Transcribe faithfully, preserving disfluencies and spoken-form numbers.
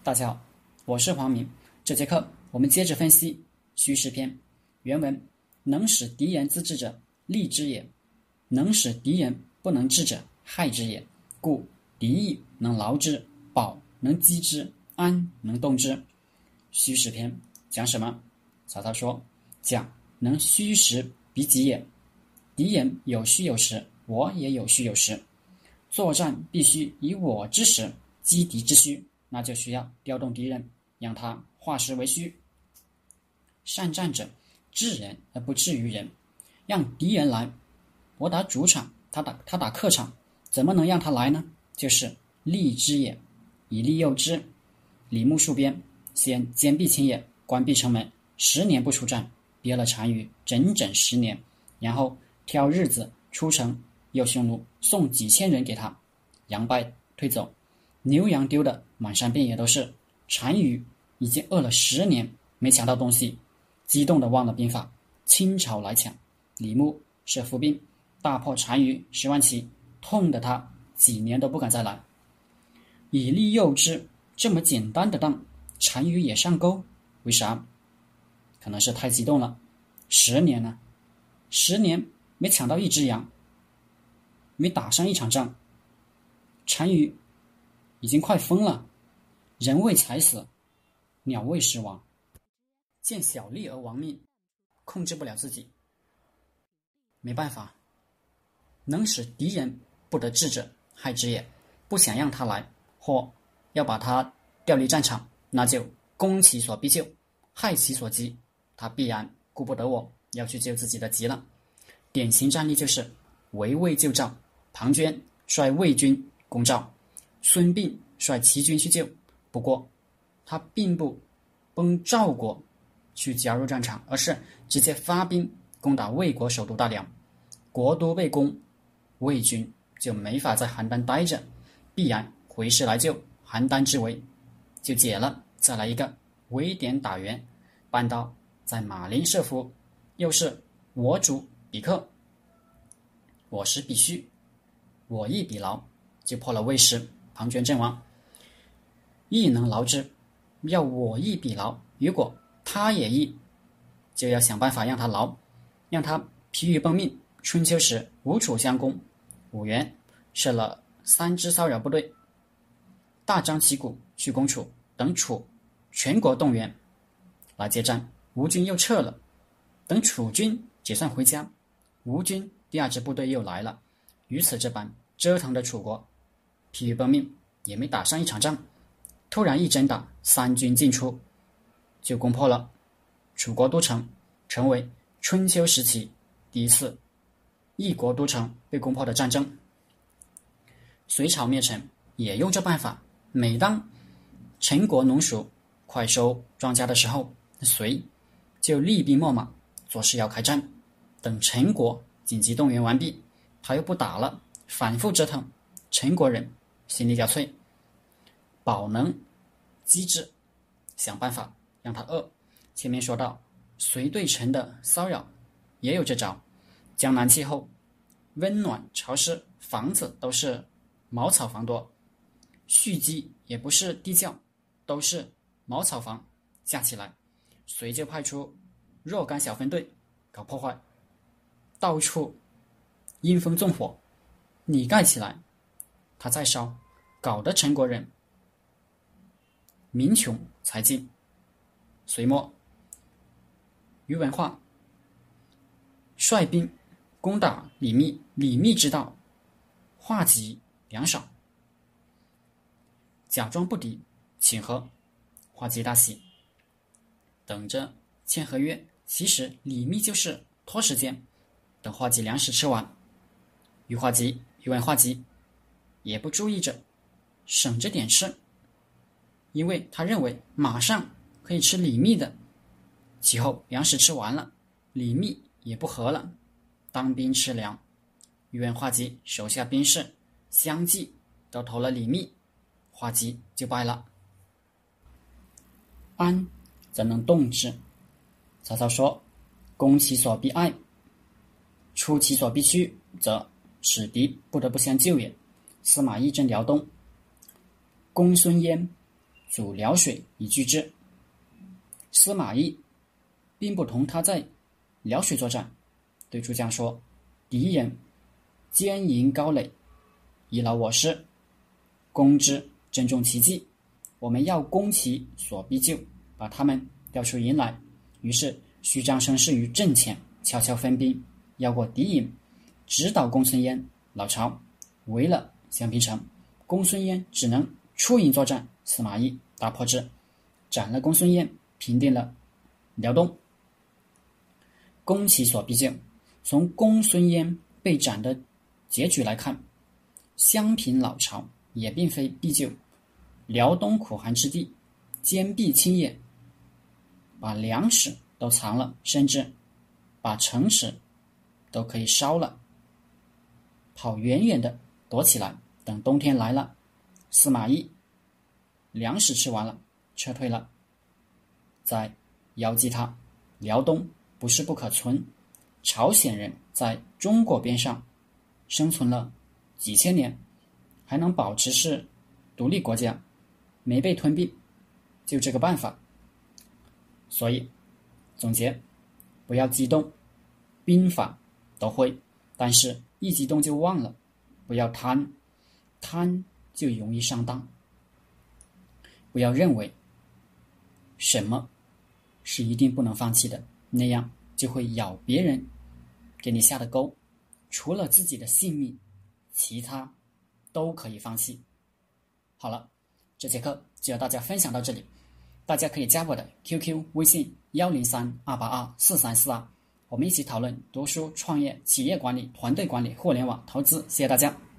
大家好，我是黄明。这节课我们接着分析虚实篇。原文：能使敌人自治者，利之也；能使敌人不能治者，害之也。故敌意能劳之，保能击之，安能动之。虚实篇讲什么？曹操说，讲能虚实比己也。敌人有虚有实，我也有虚有实。作战必须以我之实击敌之虚，那就需要调动敌人，让他化实为虚。善战者治人而不治于人，让敌人来，我打主场，他打他打客场，怎么能让他来呢？就是利之也，以利诱之。李牧戍边，先坚壁清野，关闭城门，十年不出战，憋了单于整整十年，然后挑日子出城，又匈奴送几千人给他，杨败退走，牛羊丢的满山遍野都是。单于已经饿了十年，没抢到东西，激动的忘了兵法，倾巢来抢。李牧是伏兵，大破单于十万骑，痛得他几年都不敢再来。以利诱之，这么简单的当，单于也上钩，为啥？可能是太激动了。十年呢？十年没抢到一只羊，没打上一场仗，单于已经快疯了。人为财死，鸟为食亡。见小利而亡命，控制不了自己，没办法。能使敌人不得志者，害之也。不想让他来，或要把他调离战场，那就攻其所必救，害其所急，他必然顾不得我，要去救自己的急了。典型战例就是围魏救赵，庞涓率魏军攻赵，孙膑率齐军去救。不过他并不奔赵国去加入战场，而是直接发兵攻打魏国首都大梁。国都被攻，魏军就没法在邯郸待着，必然回师来救，邯郸之围就解了。再来一个围点打援，半道在马陵设伏，又是我主比克，我实比虚，我亦比劳，就破了魏师，庞涓阵亡。亦能劳之，要我亦比劳，如果他也亦，就要想办法让他劳，让他疲于奔命。春秋时吴楚相攻，伍员设了三支骚扰部队，大张旗鼓去攻楚，等楚全国动员来接战，吴军又撤了。等楚军解散回家，吴军第二支部队又来了，如此这般折腾的楚国疲于奔命，也没打上一场仗。突然一针打，三军进出，就攻破了楚国都城，成为春秋时期第一次一国都城被攻破的战争。隋朝灭陈也用这办法，每当陈国农属快收庄稼的时候，隋就厉兵秣马，作势要开战。等陈国紧急动员完毕，他又不打了，反复折腾，陈国人心力交瘁，保能机智，想办法让他饿。前面说到隋对陈的骚扰也有这招。江南气候温暖潮湿，房子都是茅草房多，蓄积也不是地窖，都是茅草房架起来，隋就派出若干小分队搞破坏，到处阴风纵火，你盖起来他再烧，搞得陈国人民穷财尽。隋末宇文化率兵攻打李密，李密知道化急粮少，假装不敌，请和。化急大喜，等着签合约。其实李密就是拖时间，等化急粮食吃完，宇化急宇文化急也不注意着，省着点吃，因为他认为马上可以吃李密的。其后粮食吃完了，李密也不和了，当兵吃粮。宇文化及手下兵士相继都投了李密，化及就败了。安则能动之。曹操说，攻其所必爱，出其所必虚，则使敌不得不相救也。司马懿正辽东，公孙淹阻辽水以拒之。司马懿并不同他在辽水作战，对诸将说：敌人坚营高垒，以劳我师，攻之正中其计，我们要攻其所必救，把他们调出营来。于是虚张声势于阵前，悄悄分兵，绕过敌营，直捣公孙渊、老巢，围了襄平城。公孙渊只能出营作战，司马懿大破之，斩了公孙渊，平定了辽东，攻其所必救。从公孙渊被斩的结局来看，襄平老巢也并非必救，辽东苦寒之地，坚壁清野，把粮食都藏了，甚至把城池都可以烧了，跑远远的躲起来，等冬天来了，司马懿粮食吃完了，撤退了，再邀击他。辽东不是不可存，朝鲜人在中国边上生存了几千年，还能保持是独立国家，没被吞并，就这个办法。所以总结，不要激动，兵法都会，但是一激动就忘了。不要贪，贪就容易上当。不要认为什么是一定不能放弃的，那样就会咬别人给你下的钩，除了自己的性命，其他都可以放弃。好了，这节课就要大家分享到这里，大家可以加我的 Q Q 微信幺零三二八二四三四二，我们一起讨论读书、创业、企业管理、团队管理、互联网投资。谢谢大家。